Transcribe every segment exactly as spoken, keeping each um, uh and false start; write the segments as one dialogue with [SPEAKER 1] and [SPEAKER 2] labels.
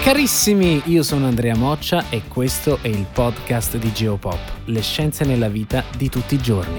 [SPEAKER 1] Carissimi, io sono Andrea Moccia e questo è il podcast di Geopop, le scienze nella vita di tutti i giorni.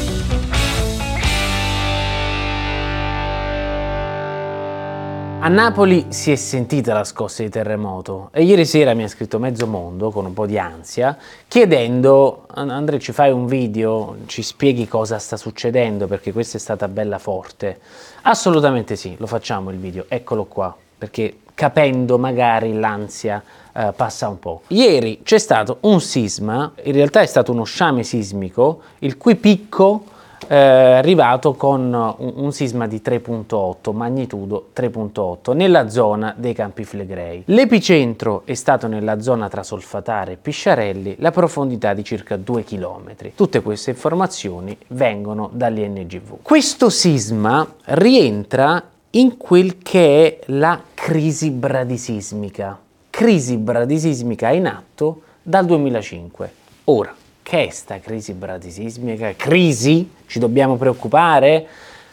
[SPEAKER 1] A Napoli si è sentita la scossa di terremoto e ieri sera mi ha scritto mezzo mondo con un po' di ansia chiedendo: Andrea, ci fai un video, ci spieghi cosa sta succedendo perché questa è stata bella forte. Assolutamente sì, lo facciamo il video, eccolo qua, perché capendo magari l'ansia eh, passa un po'. Ieri c'è stato un sisma, in realtà è stato uno sciame sismico, il cui picco è eh, arrivato con un, un sisma di tre virgola otto, magnitudo tre virgola otto, nella zona dei Campi Flegrei. L'epicentro è stato nella zona tra Solfatara e Pisciarelli, la profondità di circa due chilometri. Tutte queste informazioni vengono dall'I N G V. Questo sisma rientra in quel che è la crisi bradisismica, crisi bradisismica in atto dal duemilacinque. Ora, che è sta crisi bradisismica? Crisi? Ci dobbiamo preoccupare?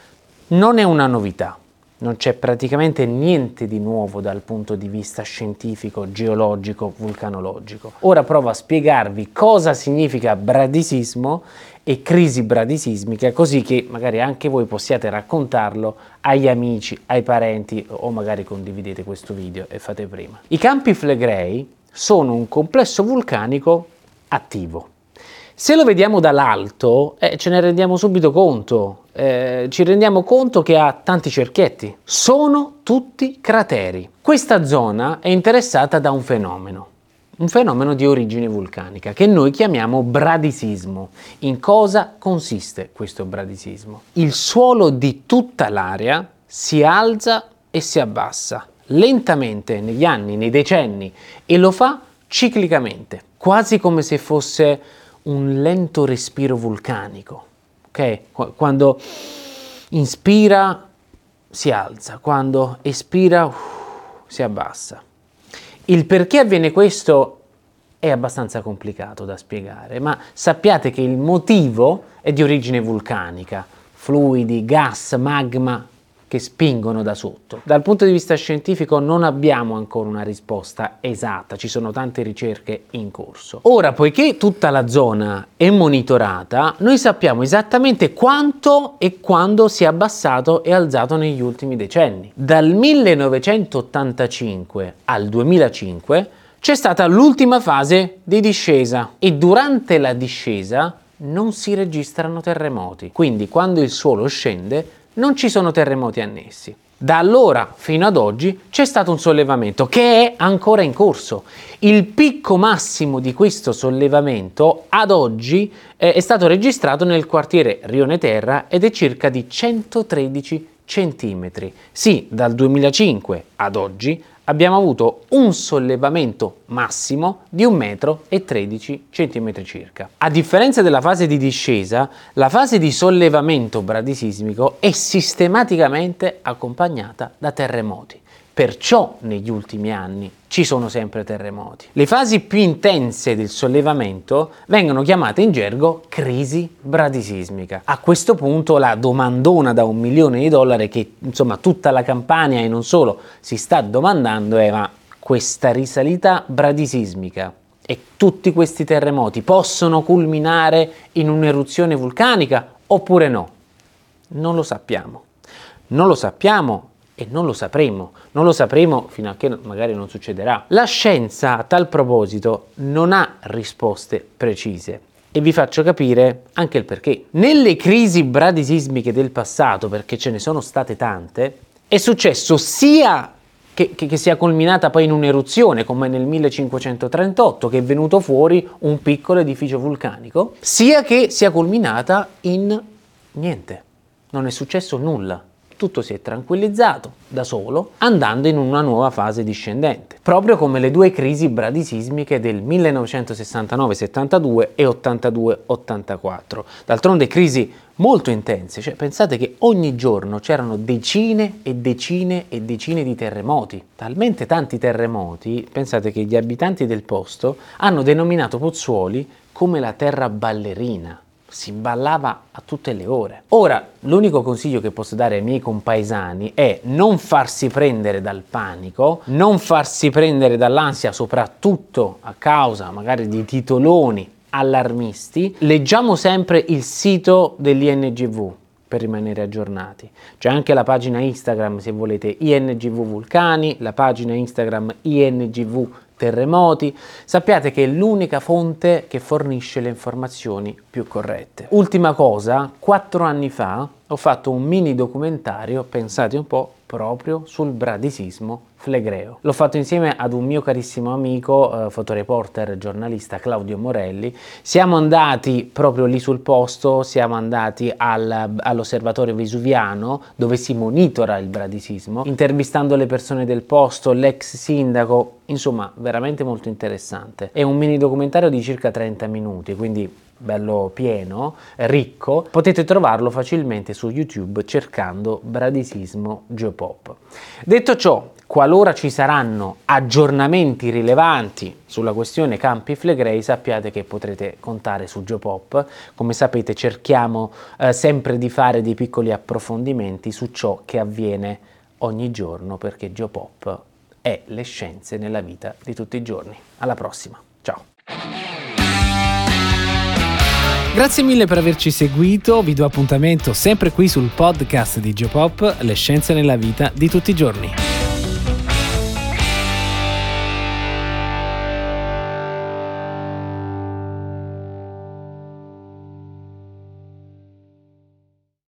[SPEAKER 1] Non è una novità, non c'è praticamente niente di nuovo dal punto di vista scientifico, geologico, vulcanologico. Ora provo a spiegarvi cosa significa bradisismo e crisi bradisismica, così che magari anche voi possiate raccontarlo agli amici, ai parenti, o magari condividete questo video e fate prima. I Campi Flegrei sono un complesso vulcanico attivo. Se lo vediamo dall'alto eh, ce ne rendiamo subito conto, eh, ci rendiamo conto che ha tanti cerchietti, sono tutti crateri. Questa zona è interessata da un fenomeno. Un fenomeno di origine vulcanica che noi chiamiamo bradisismo. In cosa consiste questo bradisismo? Il suolo di tutta l'area si alza e si abbassa lentamente negli anni, nei decenni, e lo fa ciclicamente, quasi come se fosse un lento respiro vulcanico. Ok? Quando inspira si alza, quando espira uh, si abbassa. Il perché avviene questo è abbastanza complicato da spiegare, ma sappiate che il motivo è di origine vulcanica, fluidi, gas, magma che spingono da sotto. Dal punto di vista scientifico non abbiamo ancora una risposta esatta, ci sono tante ricerche in corso. Ora, poiché tutta la zona è monitorata, noi sappiamo esattamente quanto e quando si è abbassato e alzato negli ultimi decenni. Dal millenovecentottantacinque al duemilacinque c'è stata l'ultima fase di discesa e durante la discesa non si registrano terremoti. Quindi quando il suolo scende non ci sono terremoti annessi. Da allora fino ad oggi c'è stato un sollevamento che è ancora in corso. Il picco massimo di questo sollevamento ad oggi eh, è stato registrato nel quartiere Rione Terra ed è circa di centotredici centimetri. Sì, dal duemilacinque ad oggi abbiamo avuto un sollevamento massimo di un metro e tredici centimetri circa. A differenza della fase di discesa, la fase di sollevamento bradisismico è sistematicamente accompagnata da terremoti. Perciò negli ultimi anni ci sono sempre terremoti. Le fasi più intense del sollevamento vengono chiamate in gergo crisi bradisismica. A questo punto la domandona da un milione di dollari che insomma tutta la Campania e non solo si sta domandando è: ma questa risalita bradisismica e tutti questi terremoti possono culminare in un'eruzione vulcanica oppure no? Non lo sappiamo. Non lo sappiamo e non lo sapremo, non lo sapremo fino a che magari non succederà. La scienza a tal proposito non ha risposte precise e vi faccio capire anche il perché. Nelle crisi bradisismiche del passato, perché ce ne sono state tante, è successo sia che, che, che sia culminata poi in un'eruzione, come nel millecinquecentotrentotto, che è venuto fuori un piccolo edificio vulcanico, sia che sia culminata in niente, non è successo nulla. Tutto si è tranquillizzato da solo, andando in una nuova fase discendente, proprio come le due crisi bradisismiche del millenovecentosessantanove settantadue e ottantadue ottantaquattro. D'altronde crisi molto intense, cioè pensate che ogni giorno c'erano decine e decine e decine di terremoti, talmente tanti terremoti, pensate che gli abitanti del posto hanno denominato Pozzuoli come la terra ballerina. si ballava a tutte le ore. Ora, l'unico consiglio che posso dare ai miei compaesani è non farsi prendere dal panico, non farsi prendere dall'ansia, soprattutto a causa magari di titoloni allarmisti. Leggiamo sempre il sito dell'I N G V per rimanere aggiornati. C'è anche la pagina Instagram, se volete, I N G V Vulcani, la pagina Instagram I N G V Terremoti. Sappiate che è l'unica fonte che fornisce le informazioni più corrette. Ultima cosa, quattro anni fa ho fatto un mini documentario, pensate un po', proprio sul bradisismo flegreo. L'ho fatto insieme ad un mio carissimo amico, eh, fotoreporter, giornalista, Claudio Morelli. Siamo andati proprio lì sul posto, siamo andati al, all'osservatorio vesuviano dove si monitora il bradisismo, intervistando le persone del posto, l'ex sindaco, insomma veramente molto interessante. È un mini documentario di circa trenta minuti, quindi bello pieno, ricco. Potete trovarlo facilmente su YouTube cercando Bradisismo Geopop. Detto ciò, qualora ci saranno aggiornamenti rilevanti sulla questione Campi Flegrei, sappiate che potrete contare su Geopop. Come sapete, cerchiamo eh, sempre di fare dei piccoli approfondimenti su ciò che avviene ogni giorno, perché Geopop è le scienze nella vita di tutti i giorni. Alla prossima, ciao!
[SPEAKER 2] Grazie mille per averci seguito, vi do appuntamento sempre qui sul podcast di Geopop, le scienze nella vita di tutti i giorni.